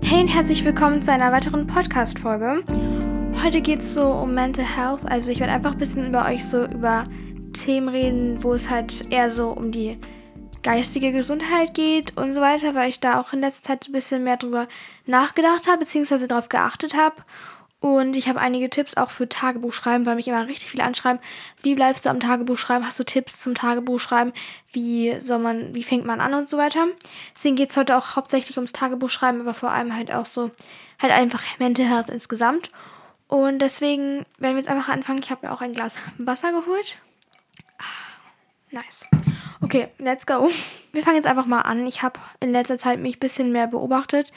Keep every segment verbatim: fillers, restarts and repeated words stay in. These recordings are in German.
Hey und herzlich willkommen zu einer weiteren Podcast-Folge. Heute geht es so um Mental Health, also ich werde einfach ein bisschen über euch so über Themen reden, wo es halt eher so um die geistige Gesundheit geht und so weiter, weil ich da auch in letzter Zeit so ein bisschen mehr drüber nachgedacht habe, beziehungsweise darauf geachtet habe. Und ich habe einige Tipps auch für Tagebuchschreiben, weil mich immer richtig viele anschreiben. Wie bleibst du am Tagebuchschreiben? Hast du Tipps zum Tagebuchschreiben? Wie soll man, wie fängt man an und so weiter? Deswegen geht es heute auch hauptsächlich ums Tagebuchschreiben, aber vor allem halt auch so, halt einfach Mental Health insgesamt. Und deswegen werden wir jetzt einfach anfangen. Ich habe mir auch ein Glas Wasser geholt. Ah, nice. Okay, let's go. Wir fangen jetzt einfach mal an. Ich habe in letzter Zeit mich ein bisschen mehr beobachtet.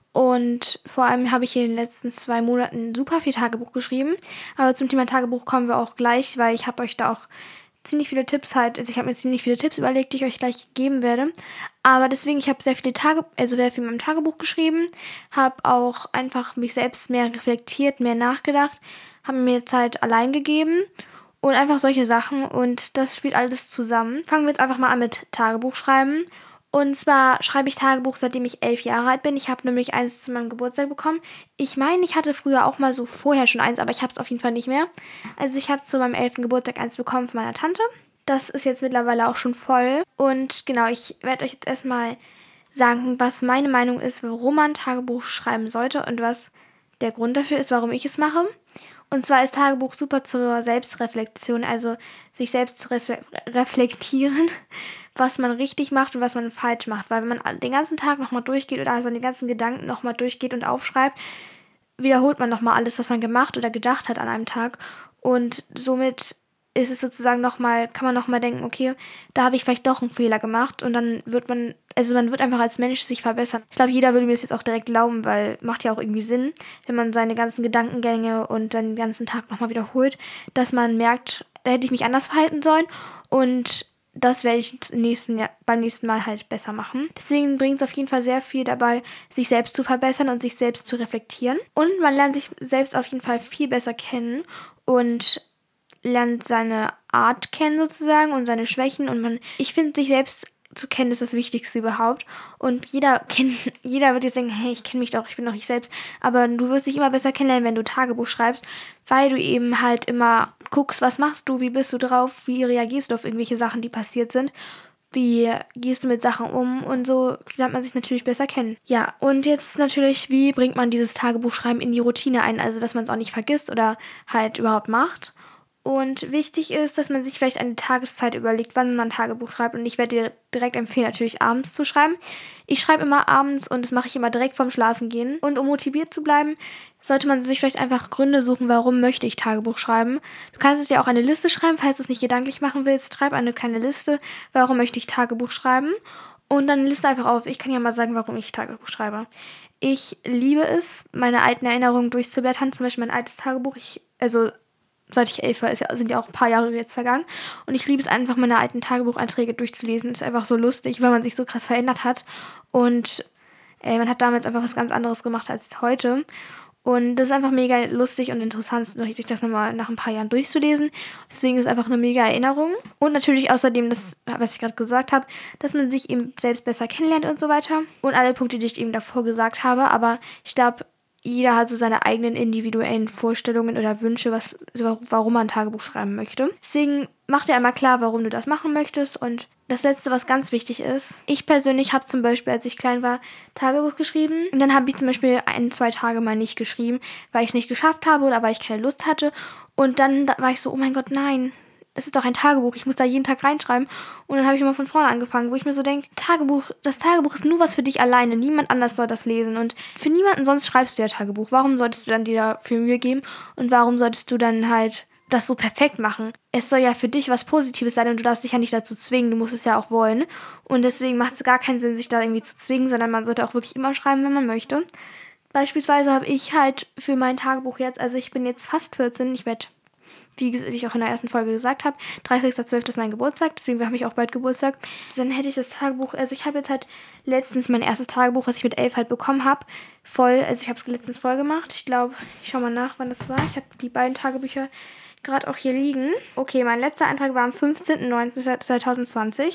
Und vor allem habe ich in den letzten zwei Monaten super viel Tagebuch geschrieben. Aber zum Thema Tagebuch kommen wir auch gleich, weil ich habe euch da auch ziemlich viele Tipps halt, also ich habe mir ziemlich viele Tipps überlegt, die ich euch gleich geben werde. Aber deswegen, ich habe sehr viele Tage, also sehr viel in meinem Tagebuch geschrieben, habe auch einfach mich selbst mehr reflektiert, mehr nachgedacht, habe mir Zeit allein gegeben und einfach solche Sachen. Und das spielt alles zusammen. Fangen wir jetzt einfach mal an mit Tagebuch schreiben. Und zwar schreibe ich Tagebuch, seitdem ich elf Jahre alt bin. Ich habe nämlich eins zu meinem Geburtstag bekommen. Ich meine, ich hatte früher auch mal so vorher schon eins, aber ich habe es auf jeden Fall nicht mehr. Also ich habe zu meinem elften Geburtstag eins bekommen von meiner Tante. Das ist jetzt mittlerweile auch schon voll. Und genau, ich werde euch jetzt erstmal sagen, was meine Meinung ist, warum man Tagebuch schreiben sollte und was der Grund dafür ist, warum ich es mache. Und zwar ist Tagebuch super zur Selbstreflexion, also sich selbst zu res- reflektieren, was man richtig macht und was man falsch macht. Weil wenn man den ganzen Tag nochmal durchgeht oder also die ganzen Gedanken nochmal durchgeht und aufschreibt, wiederholt man nochmal alles, was man gemacht oder gedacht hat an einem Tag. Und somit ist es sozusagen nochmal, kann man nochmal denken, okay, da habe ich vielleicht doch einen Fehler gemacht und dann wird man, also man wird einfach als Mensch sich verbessern. Ich glaube, jeder würde mir das jetzt auch direkt glauben, weil macht ja auch irgendwie Sinn, wenn man seine ganzen Gedankengänge und seinen ganzen Tag nochmal wiederholt, dass man merkt, da hätte ich mich anders verhalten sollen und das werde ich nächsten Jahr, beim nächsten Mal halt besser machen. Deswegen bringt es auf jeden Fall sehr viel dabei, sich selbst zu verbessern und sich selbst zu reflektieren. Und man lernt sich selbst auf jeden Fall viel besser kennen und lernt seine Art kennen sozusagen und seine Schwächen. Und man, ich finde, sich selbst zu kennen ist das Wichtigste überhaupt. Und jeder kennt, jeder wird jetzt denken, hey, ich kenne mich doch, ich bin doch ich selbst. Aber du wirst dich immer besser kennenlernen, wenn du Tagebuch schreibst, weil du eben halt immer guckst, was machst du, wie bist du drauf, wie reagierst du auf irgendwelche Sachen, die passiert sind. Wie gehst du mit Sachen um und so lernt man sich natürlich besser kennen. Ja, und jetzt natürlich, wie bringt man dieses Tagebuchschreiben in die Routine ein, also dass man es auch nicht vergisst oder halt überhaupt macht. Und wichtig ist, dass man sich vielleicht eine Tageszeit überlegt, wann man Tagebuch schreibt. Und ich werde dir direkt empfehlen, natürlich abends zu schreiben. Ich schreibe immer abends und das mache ich immer direkt vorm Schlafengehen. Und um motiviert zu bleiben, sollte man sich vielleicht einfach Gründe suchen, warum möchte ich Tagebuch schreiben. Du kannst es ja auch eine Liste schreiben, falls du es nicht gedanklich machen willst. Schreib eine kleine Liste, warum möchte ich Tagebuch schreiben. Und dann liste einfach auf. Ich kann ja mal sagen, warum ich Tagebuch schreibe. Ich liebe es, meine alten Erinnerungen durchzublättern. Zum Beispiel mein altes Tagebuch. Ich, also seit ich elf war, ist ja, sind ja auch ein paar Jahre jetzt vergangen. Und ich liebe es einfach, meine alten Tagebucheinträge durchzulesen. Das ist einfach so lustig, weil man sich so krass verändert hat. Und ey, man hat damals einfach was ganz anderes gemacht als heute. Und das ist einfach mega lustig und interessant, sich das nochmal nach ein paar Jahren durchzulesen. Deswegen ist es einfach eine mega Erinnerung. Und natürlich außerdem das, was ich gerade gesagt habe, dass man sich eben selbst besser kennenlernt und so weiter. Und alle Punkte, die ich eben davor gesagt habe. Aber ich glaube, jeder hat so seine eigenen individuellen Vorstellungen oder Wünsche, was, warum man ein Tagebuch schreiben möchte. Deswegen mach dir einmal klar, warum du das machen möchtest. Und das Letzte, was ganz wichtig ist, ich persönlich habe zum Beispiel, als ich klein war, Tagebuch geschrieben. Und dann habe ich zum Beispiel ein, zwei Tage mal nicht geschrieben, weil ich es nicht geschafft habe oder weil ich keine Lust hatte. Und dann war ich so, oh mein Gott, nein. Das ist doch ein Tagebuch, ich muss da jeden Tag reinschreiben. Und dann habe ich immer von vorne angefangen, wo ich mir so denke, Tagebuch, das Tagebuch ist nur was für dich alleine, niemand anders soll das lesen. Und für niemanden sonst schreibst du ja Tagebuch. Warum solltest du dann dir dafür Mühe geben? Und warum solltest du dann halt das so perfekt machen? Es soll ja für dich was Positives sein und du darfst dich ja nicht dazu zwingen, du musst es ja auch wollen. Und deswegen macht es gar keinen Sinn, sich da irgendwie zu zwingen, sondern man sollte auch wirklich immer schreiben, wenn man möchte. Beispielsweise habe ich halt für mein Tagebuch jetzt, also ich bin jetzt fast vierzehn, ich werde... Wie ich auch in der ersten Folge gesagt habe, dreißigster zwölfter ist mein Geburtstag, deswegen habe ich auch bald Geburtstag. Dann hätte ich das Tagebuch, also ich habe jetzt halt letztens mein erstes Tagebuch, was ich mit elf halt bekommen habe, voll, also ich habe es letztens voll gemacht. Ich glaube, ich schaue mal nach, wann das war. Ich habe die beiden Tagebücher gerade auch hier liegen. Okay, mein letzter Eintrag war am fünfzehnten neunten zweitausendzwanzig.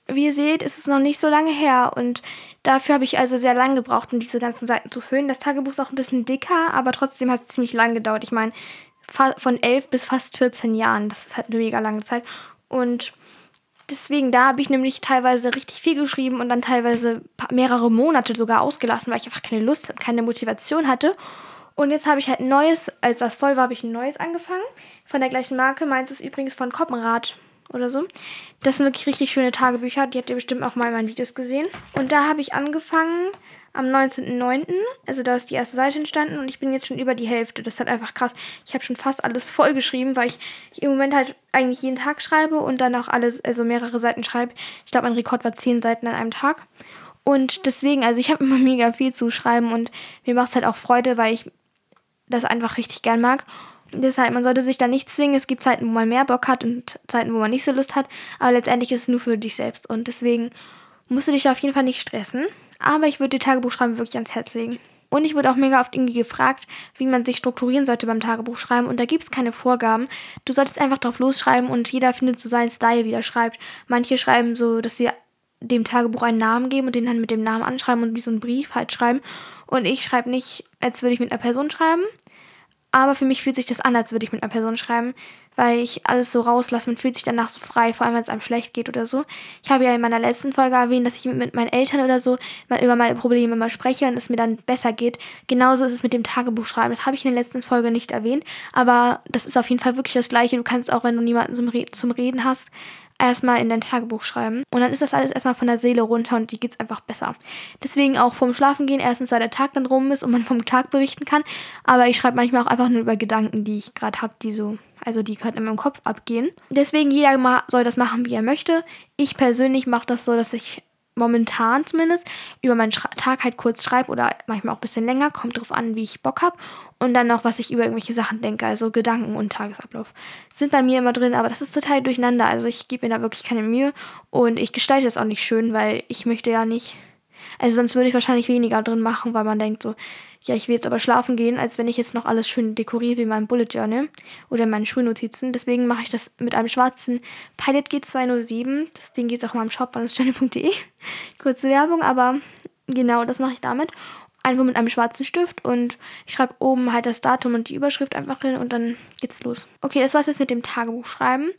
wie ihr seht, ist es noch nicht so lange her und dafür habe ich also sehr lange gebraucht, um diese ganzen Seiten zu füllen. Das Tagebuch ist auch ein bisschen dicker, aber trotzdem hat es ziemlich lang gedauert. Ich meine, fa- von elf bis fast vierzehn Jahren, das ist halt eine mega lange Zeit. Und deswegen, da habe ich nämlich teilweise richtig viel geschrieben und dann teilweise pa- mehrere Monate sogar ausgelassen, weil ich einfach keine Lust und keine Motivation hatte. Und jetzt habe ich halt ein neues, als das voll war, habe ich ein neues angefangen. Von der gleichen Marke. Meins ist übrigens von Koppenrad oder so. Das sind wirklich richtig schöne Tagebücher. Die habt ihr bestimmt auch mal in meinen Videos gesehen. Und da habe ich angefangen am neunzehnten neunten Also da ist die erste Seite entstanden und ich bin jetzt schon über die Hälfte. Das ist halt einfach krass. Ich habe schon fast alles voll geschrieben, weil ich, ich im Moment halt eigentlich jeden Tag schreibe und dann auch alles, also mehrere Seiten schreibe. Ich glaube, mein Rekord war zehn Seiten an einem Tag. Und deswegen, also ich habe immer mega viel zu schreiben und mir macht es halt auch Freude, weil ich das einfach richtig gern mag. Deshalb, man sollte sich da nicht zwingen. Es gibt Zeiten, wo man mehr Bock hat und Zeiten, wo man nicht so Lust hat. Aber letztendlich ist es nur für dich selbst. Und deswegen musst du dich da auf jeden Fall nicht stressen. Aber ich würde dir Tagebuchschreiben wirklich ans Herz legen. Und ich wurde auch mega oft irgendwie gefragt, wie man sich strukturieren sollte beim Tagebuchschreiben. Und da gibt es keine Vorgaben. Du solltest einfach drauf losschreiben und jeder findet so seinen Style, wie er schreibt. Manche schreiben so, dass sie dem Tagebuch einen Namen geben und den dann mit dem Namen anschreiben und wie so einen Brief halt schreiben. Und ich schreibe nicht, als würde ich mit einer Person schreiben. Aber für mich fühlt sich das an, als würde ich mit einer Person schreiben, weil ich alles so rauslasse. Man fühlt sich danach so frei, vor allem wenn es einem schlecht geht oder so. Ich habe ja in meiner letzten Folge erwähnt, dass ich mit meinen Eltern oder so mal über meine Probleme mal spreche und es mir dann besser geht. Genauso ist es mit dem Tagebuchschreiben. Das habe ich in der letzten Folge nicht erwähnt, aber das ist auf jeden Fall wirklich das Gleiche. Du kannst auch, wenn du niemanden zum, Re- zum Reden hast, erstmal in dein Tagebuch schreiben. Und dann ist das alles erstmal von der Seele runter und dir geht's einfach besser. Deswegen auch vorm Schlafengehen, erstens, weil der Tag dann rum ist und man vom Tag berichten kann. Aber ich schreibe manchmal auch einfach nur über Gedanken, die ich gerade habe, die so, also die gerade in meinem Kopf abgehen. Deswegen, jeder ma- soll das machen, wie er möchte. Ich persönlich mache das so, dass ich momentan zumindest über meinen Schra- Tag halt kurz schreibe oder manchmal auch ein bisschen länger, kommt drauf an, wie ich Bock habe und dann noch, was ich über irgendwelche Sachen denke, also Gedanken und Tagesablauf sind bei mir immer drin, aber das ist total durcheinander, also ich gebe mir da wirklich keine Mühe und ich gestalte das auch nicht schön, weil ich möchte ja nicht, also sonst würde ich wahrscheinlich weniger drin machen, weil man denkt so, ja, ich will jetzt aber schlafen gehen, als wenn ich jetzt noch alles schön dekoriere wie mein Bullet Journal oder in meinen Schulnotizen. Deswegen mache ich das mit einem schwarzen Pilot G zwei null sieben. Das Ding geht auch mal im Shop, journal punkt de. Kurze Werbung, aber genau, das mache ich damit. Einfach mit einem schwarzen Stift und ich schreibe oben halt das Datum und die Überschrift einfach hin und dann geht's los. Okay, das war's jetzt mit dem Tagebuchschreiben.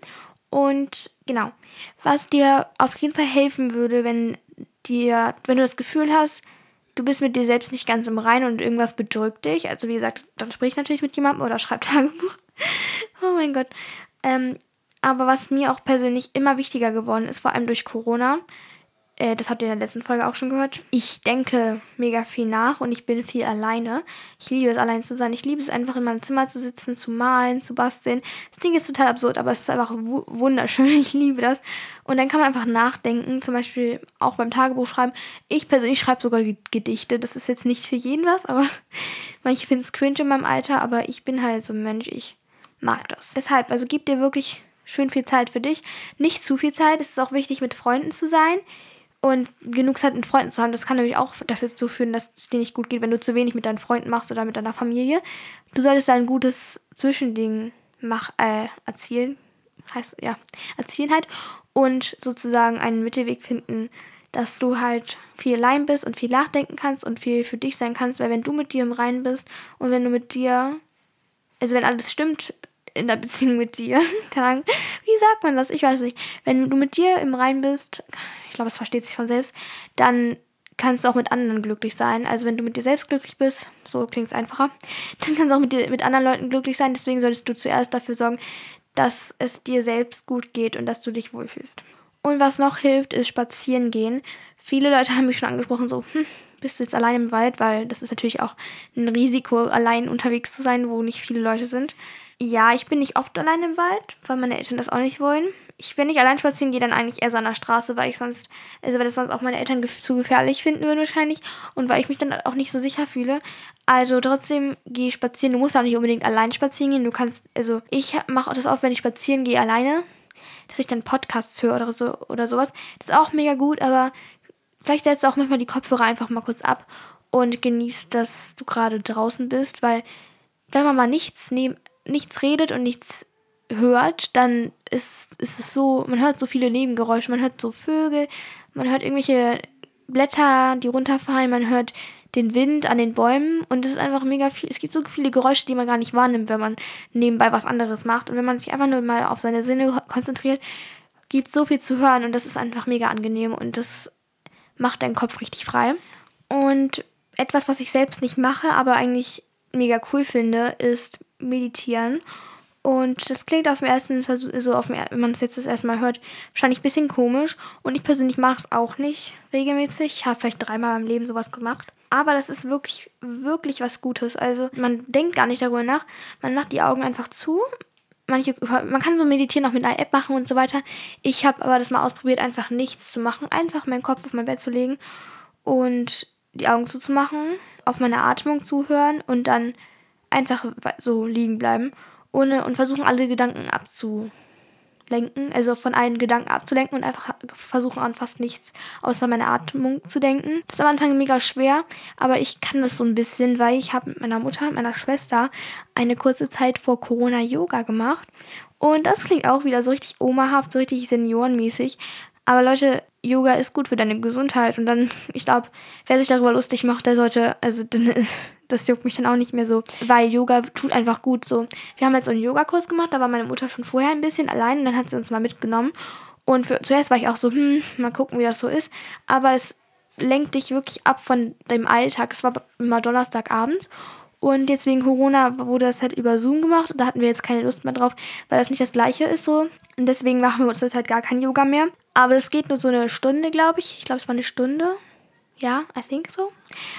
Und genau, was dir auf jeden Fall helfen würde, wenn dir, wenn du das Gefühl hast, du bist mit dir selbst nicht ganz im Reinen und irgendwas bedrückt dich. Also wie gesagt, dann sprich natürlich mit jemandem oder schreib Tagebuch. Oh mein Gott. Ähm, aber was mir auch persönlich immer wichtiger geworden ist, vor allem durch Corona, äh, das habt ihr in der letzten Folge auch schon gehört, ich denke mega viel nach und ich bin viel alleine. Ich liebe es, allein zu sein. Ich liebe es einfach, in meinem Zimmer zu sitzen, zu malen, zu basteln. Das Ding ist total absurd, aber es ist einfach wu- wunderschön. Ich liebe das. Und dann kann man einfach nachdenken, zum Beispiel auch beim Tagebuch schreiben. Ich persönlich schreibe sogar Ge- Gedichte. Das ist jetzt nicht für jeden was, aber manche finden es cringe in meinem Alter, aber ich bin halt so ein Mensch, ich mag das. Deshalb, also gib dir wirklich schön viel Zeit für dich. Nicht zu viel Zeit. Es ist auch wichtig, mit Freunden zu sein. Und genug Zeit mit Freunden zu haben, das kann nämlich auch dafür führen, dass es dir nicht gut geht, wenn du zu wenig mit deinen Freunden machst oder mit deiner Familie. Du solltest da ein gutes Zwischending mach, äh, erzielen, heißt, ja, erzielen halt und sozusagen einen Mittelweg finden, dass du halt viel allein bist und viel nachdenken kannst und viel für dich sein kannst, weil wenn du mit dir im Reinen bist und wenn du mit dir, also wenn alles stimmt in der Beziehung mit dir, keine Ahnung, wie sagt man das? Ich weiß nicht. Wenn du mit dir im Reinen bist, ich glaube, es versteht sich von selbst, dann kannst du auch mit anderen glücklich sein. Also wenn du mit dir selbst glücklich bist, so klingt es einfacher, dann kannst du auch mit, dir, mit anderen Leuten glücklich sein. Deswegen solltest du zuerst dafür sorgen, dass es dir selbst gut geht und dass du dich wohlfühlst. Und was noch hilft, ist spazieren gehen. Viele Leute haben mich schon angesprochen, so, hm, bist du jetzt allein im Wald? Weil das ist natürlich auch ein Risiko, allein unterwegs zu sein, wo nicht viele Leute sind. Ja, ich bin nicht oft allein im Wald, weil meine Eltern das auch nicht wollen. Ich, wenn ich allein spazieren gehe, dann eigentlich eher so an der Straße, weil ich sonst, also weil das sonst auch meine Eltern gef- zu gefährlich finden würden wahrscheinlich und weil ich mich dann auch nicht so sicher fühle. Also trotzdem gehe ich spazieren. Du musst auch nicht unbedingt allein spazieren gehen. Du kannst, also ich mache das oft, wenn ich spazieren gehe, alleine, dass ich dann Podcasts höre oder so oder sowas. Das ist auch mega gut, aber vielleicht setzt du auch manchmal die Kopfhörer einfach mal kurz ab und genießt, dass du gerade draußen bist, weil wenn man mal nichts neben, nichts redet und nichts hört, dann ist, ist es so, man hört so viele Nebengeräusche, man hört so Vögel, man hört irgendwelche Blätter, die runterfallen, man hört den Wind an den Bäumen und es ist einfach mega viel, es gibt so viele Geräusche, die man gar nicht wahrnimmt, wenn man nebenbei was anderes macht und wenn man sich einfach nur mal auf seine Sinne konzentriert, gibt es so viel zu hören und das ist einfach mega angenehm und das macht deinen Kopf richtig frei. Und etwas, was ich selbst nicht mache, aber eigentlich mega cool finde, ist meditieren. Und das klingt auf dem ersten Versuch, so auf dem, wenn man es jetzt das erste Mal hört, wahrscheinlich ein bisschen komisch. Und ich persönlich mache es auch nicht regelmäßig. Ich habe vielleicht dreimal im Leben sowas gemacht. Aber das ist wirklich, wirklich was Gutes. Also man denkt gar nicht darüber nach. Man macht die Augen einfach zu. Manche, man kann so meditieren auch mit einer App machen und so weiter. Ich habe aber das mal ausprobiert, einfach nichts zu machen. Einfach meinen Kopf auf mein Bett zu legen und die Augen zuzumachen, auf meine Atmung zuhören und dann einfach so liegen bleiben. Ohne und versuchen alle Gedanken abzulenken, also von allen Gedanken abzulenken und einfach versuchen an fast nichts außer meine Atmung zu denken. Das ist am Anfang mega schwer, aber ich kann das so ein bisschen, weil ich habe mit meiner Mutter und meiner Schwester eine kurze Zeit vor Corona Yoga gemacht und das klingt auch wieder so richtig omahaft, so richtig seniorenmäßig. Aber Leute, Yoga ist gut für deine Gesundheit und dann, ich glaube, wer sich darüber lustig macht, der sollte, also dann ist, das juckt mich dann auch nicht mehr so, weil Yoga tut einfach gut so. Wir haben jetzt so einen Yogakurs gemacht, da war meine Mutter schon vorher ein bisschen allein und dann hat sie uns mal mitgenommen und für, zuerst war ich auch so, hm, mal gucken, wie das so ist, aber es lenkt dich wirklich ab von dem Alltag. Es war immer Donnerstagabends. Und jetzt wegen Corona wurde das halt über Zoom gemacht. Da hatten wir jetzt keine Lust mehr drauf, weil das nicht das Gleiche ist so. Und deswegen machen wir uns jetzt halt gar kein Yoga mehr. Aber das geht nur so eine Stunde, glaube ich. Ich glaube, es war eine Stunde. Ja, I think so.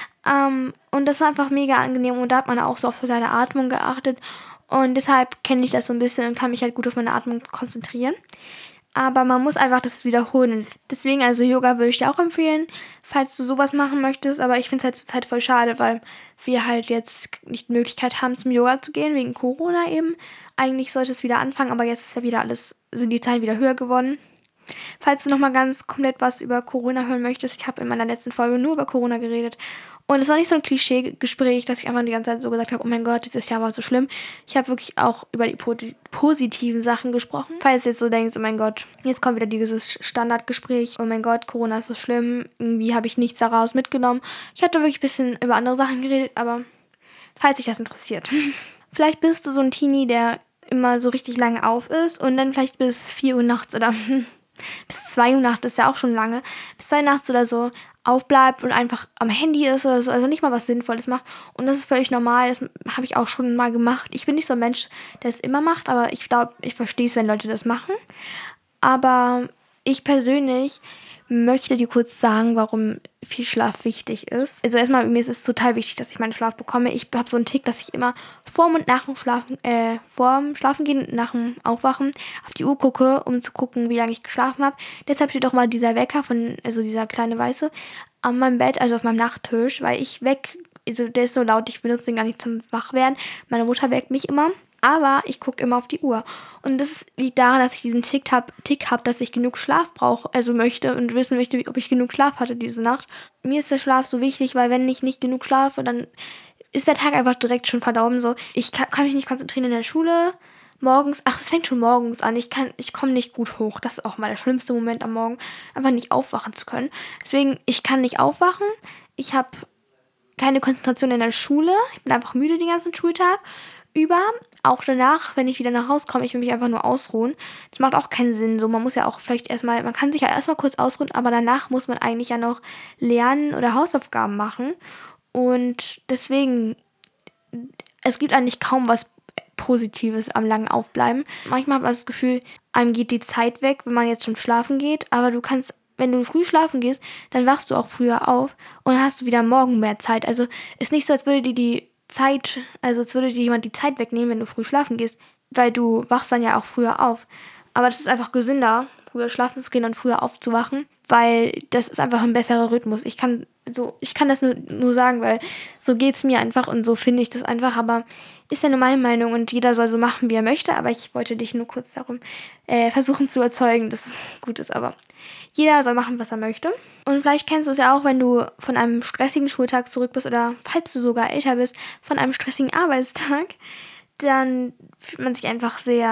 Um, und das war einfach mega angenehm. Und da hat man auch so auf seine Atmung geachtet. Und deshalb kenne ich das so ein bisschen und kann mich halt gut auf meine Atmung konzentrieren. Aber man muss einfach das wiederholen. Deswegen, also Yoga würde ich dir auch empfehlen, falls du sowas machen möchtest. Aber ich finde es halt zurzeit voll schade, weil wir halt jetzt nicht die Möglichkeit haben, zum Yoga zu gehen, wegen Corona eben. Eigentlich sollte es wieder anfangen, aber jetzt ist ja wieder alles, sind die Zahlen wieder höher geworden. Falls du nochmal ganz komplett was über Corona hören möchtest, ich habe in meiner letzten Folge nur über Corona geredet. Und es war nicht so ein Klischee-Gespräch, dass ich einfach die ganze Zeit so gesagt habe, oh mein Gott, dieses Jahr war so schlimm. Ich habe wirklich auch über die posi- positiven Sachen gesprochen. Falls du jetzt so denkst, oh mein Gott, jetzt kommt wieder dieses Standardgespräch, oh mein Gott, Corona ist so schlimm, irgendwie habe ich nichts daraus mitgenommen. Ich hatte wirklich ein bisschen über andere Sachen geredet, aber falls dich das interessiert. Vielleicht bist du so ein Teenie, der immer so richtig lange auf ist und dann vielleicht bis vier Uhr nachts oder bis zwei Uhr nachts, ist ja auch schon lange, bis zwei Uhr nachts oder so aufbleibt und einfach am Handy ist oder so, also nicht mal was Sinnvolles macht. Und das ist völlig normal, das habe ich auch schon mal gemacht. Ich bin nicht so ein Mensch, der es immer macht, aber ich glaube, ich verstehe es, wenn Leute das machen. Aber ich persönlich möchte dir kurz sagen, warum viel Schlaf wichtig ist. Also erstmal, mir ist es total wichtig, dass ich meinen Schlaf bekomme. Ich habe so einen Tick, dass ich immer vorm und nach dem Schlafen, äh, vorm Schlafengehen, nach dem Aufwachen auf die Uhr gucke, um zu gucken, wie lange ich geschlafen habe. Deshalb steht auch mal dieser Wecker von, also dieser kleine Weiße, an meinem Bett, also auf meinem Nachttisch, weil ich weg, also der ist so laut, ich benutze den gar nicht zum Wachwerden. Meine Mutter weckt mich immer. Aber ich gucke immer auf die Uhr. Und das liegt daran, dass ich diesen Tick habe, Tick hab, dass ich genug Schlaf brauche, also möchte und wissen möchte, ob ich genug Schlaf hatte diese Nacht. Mir ist der Schlaf so wichtig, weil wenn ich nicht genug schlafe, dann ist der Tag einfach direkt schon verdorben. So. Ich kann, kann mich nicht konzentrieren in der Schule. Morgens, ach, es fängt schon morgens an. Ich kann, ich komme nicht gut hoch. Das ist auch mal der schlimmste Moment am Morgen, einfach nicht aufwachen zu können. Deswegen, ich kann nicht aufwachen. Ich habe keine Konzentration in der Schule. Ich bin einfach müde den ganzen Schultag über. Auch danach, wenn ich wieder nach Hause komme, ich will mich einfach nur ausruhen. Das macht auch keinen Sinn. So, man muss ja auch vielleicht erstmal, man kann sich ja erstmal kurz ausruhen, aber danach muss man eigentlich ja noch lernen oder Hausaufgaben machen. Und deswegen, es gibt eigentlich kaum was Positives am langen Aufbleiben. Manchmal hat man das Gefühl, einem geht die Zeit weg, wenn man jetzt schon schlafen geht, aber du kannst, wenn du früh schlafen gehst, dann wachst du auch früher auf und dann hast du wieder morgen mehr Zeit. Also ist nicht so, als würde dir die Zeit, also als würde dir jemand die Zeit wegnehmen, wenn du früh schlafen gehst, weil du wachst dann ja auch früher auf. Aber das ist einfach gesünder, früher schlafen zu gehen und früher aufzuwachen, weil das ist einfach ein besserer Rhythmus. Ich kann so, ich kann das nur, nur sagen, weil so geht's mir einfach und so finde ich das einfach, aber ist ja nur meine Meinung und jeder soll so machen, wie er möchte, aber ich wollte dich nur kurz darum äh, versuchen zu überzeugen, dass es gut ist, aber jeder soll machen, was er möchte. Und vielleicht kennst du es ja auch, wenn du von einem stressigen Schultag zurück bist oder falls du sogar älter bist, von einem stressigen Arbeitstag, dann fühlt man sich einfach sehr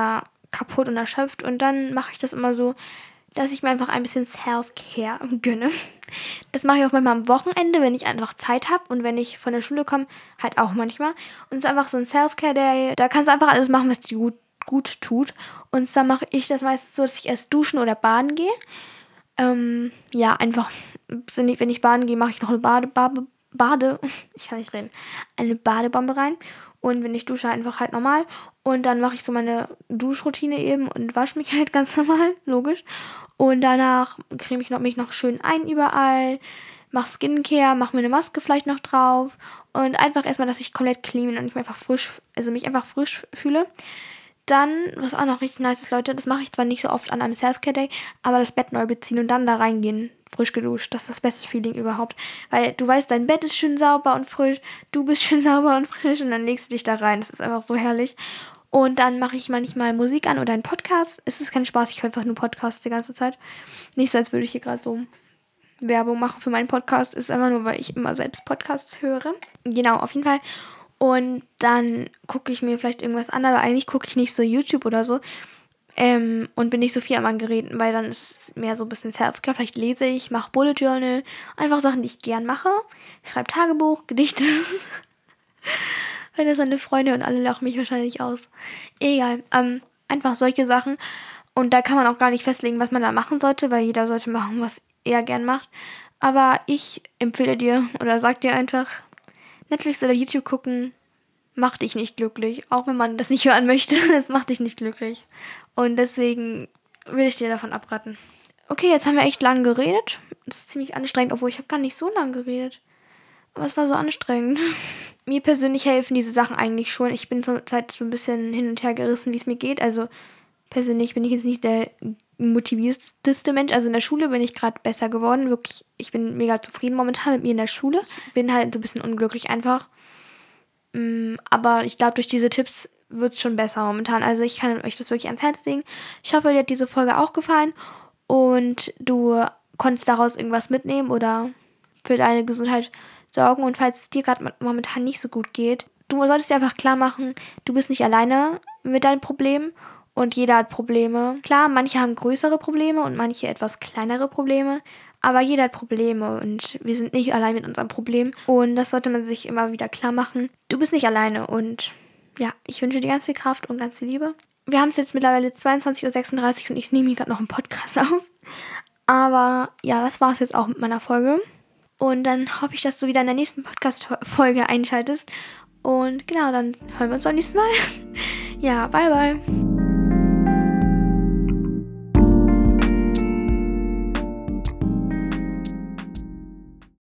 kaputt und erschöpft. Und dann mache ich das immer so, dass ich mir einfach ein bisschen Self-Care gönne. Das mache ich auch manchmal am Wochenende, wenn ich einfach Zeit habe und wenn ich von der Schule komme, halt auch manchmal. Und es ist einfach so ein Self-Care-Day. Da kannst du einfach alles machen, was dir gut, gut tut. Und dann mache ich das meistens so, dass ich erst duschen oder baden gehe. Ähm, ja, einfach, wenn ich baden gehe, mache ich noch eine Bade, Bade, Bade, ich kann nicht reden, eine Badebombe rein. Und wenn ich dusche, einfach halt normal. Und dann mache ich so meine Duschroutine eben und wasche mich halt ganz normal, logisch. Und danach creme ich noch, mich noch schön ein überall, mache Skincare, mache mir eine Maske vielleicht noch drauf. Und einfach erstmal, dass ich komplett clean bin und ich mich einfach frisch, also mich einfach frisch fühle. Dann, was auch noch richtig nice ist, Leute, das mache ich zwar nicht so oft an einem Self-Care-Day, aber das Bett neu beziehen und dann da reingehen, frisch geduscht. Das ist das beste Feeling überhaupt. Weil du weißt, dein Bett ist schön sauber und frisch, du bist schön sauber und frisch und dann legst du dich da rein. Das ist einfach so herrlich. Und dann mache ich manchmal Musik an oder einen Podcast. Es ist kein Spaß, ich höre einfach nur Podcasts die ganze Zeit. Nicht so, als würde ich hier gerade so Werbung machen für meinen Podcast. Ist einfach nur, weil ich immer selbst Podcasts höre. Genau, auf jeden Fall. Und dann gucke ich mir vielleicht irgendwas an, aber eigentlich gucke ich nicht so YouTube oder so. Ähm, und bin nicht so viel an meinen Geräten, weil dann ist es mehr so ein bisschen Self-Care. Vielleicht lese ich, mache Bullet Journal. Einfach Sachen, die ich gern mache. Ich schreibe Tagebuch, Gedichte. Wenn das meine Freunde und alle lachen mich wahrscheinlich aus. Egal. Ähm, einfach solche Sachen. Und da kann man auch gar nicht festlegen, was man da machen sollte, weil jeder sollte machen, was er gern macht. Aber ich empfehle dir oder sag dir einfach, Netflix oder YouTube gucken macht dich nicht glücklich. Auch wenn man das nicht hören möchte, das macht dich nicht glücklich. Und deswegen will ich dir davon abraten. Okay, jetzt haben wir echt lang geredet. Das ist ziemlich anstrengend, obwohl ich habe gar nicht so lang geredet. Aber es war so anstrengend. Mir persönlich helfen diese Sachen eigentlich schon. Ich bin zurzeit so ein bisschen hin und her gerissen, wie es mir geht. Also persönlich bin ich jetzt nicht der motivierteste Mensch. Also in der Schule bin ich gerade besser geworden. Wirklich, ich bin mega zufrieden momentan mit mir in der Schule. Bin halt so ein bisschen unglücklich einfach. Aber ich glaube, durch diese Tipps wird es schon besser momentan. Also ich kann euch das wirklich ans Herz legen. Ich hoffe, dir hat diese Folge auch gefallen. Und du konntest daraus irgendwas mitnehmen oder für deine Gesundheit sorgen. Und falls es dir gerade momentan nicht so gut geht, du solltest dir einfach klar machen, du bist nicht alleine mit deinen Problemen. Und jeder hat Probleme. Klar, manche haben größere Probleme und manche etwas kleinere Probleme. Aber jeder hat Probleme und wir sind nicht allein mit unserem Problem. Und das sollte man sich immer wieder klar machen. Du bist nicht alleine und ja, ich wünsche dir ganz viel Kraft und ganz viel Liebe. Wir haben es jetzt mittlerweile zweiundzwanzig Uhr sechsunddreißig und ich nehme hier gerade noch einen Podcast auf. Aber ja, das war es jetzt auch mit meiner Folge. Und dann hoffe ich, dass du wieder in der nächsten Podcast-Folge einschaltest. Und genau, dann hören wir uns beim nächsten Mal. Ja, bye bye.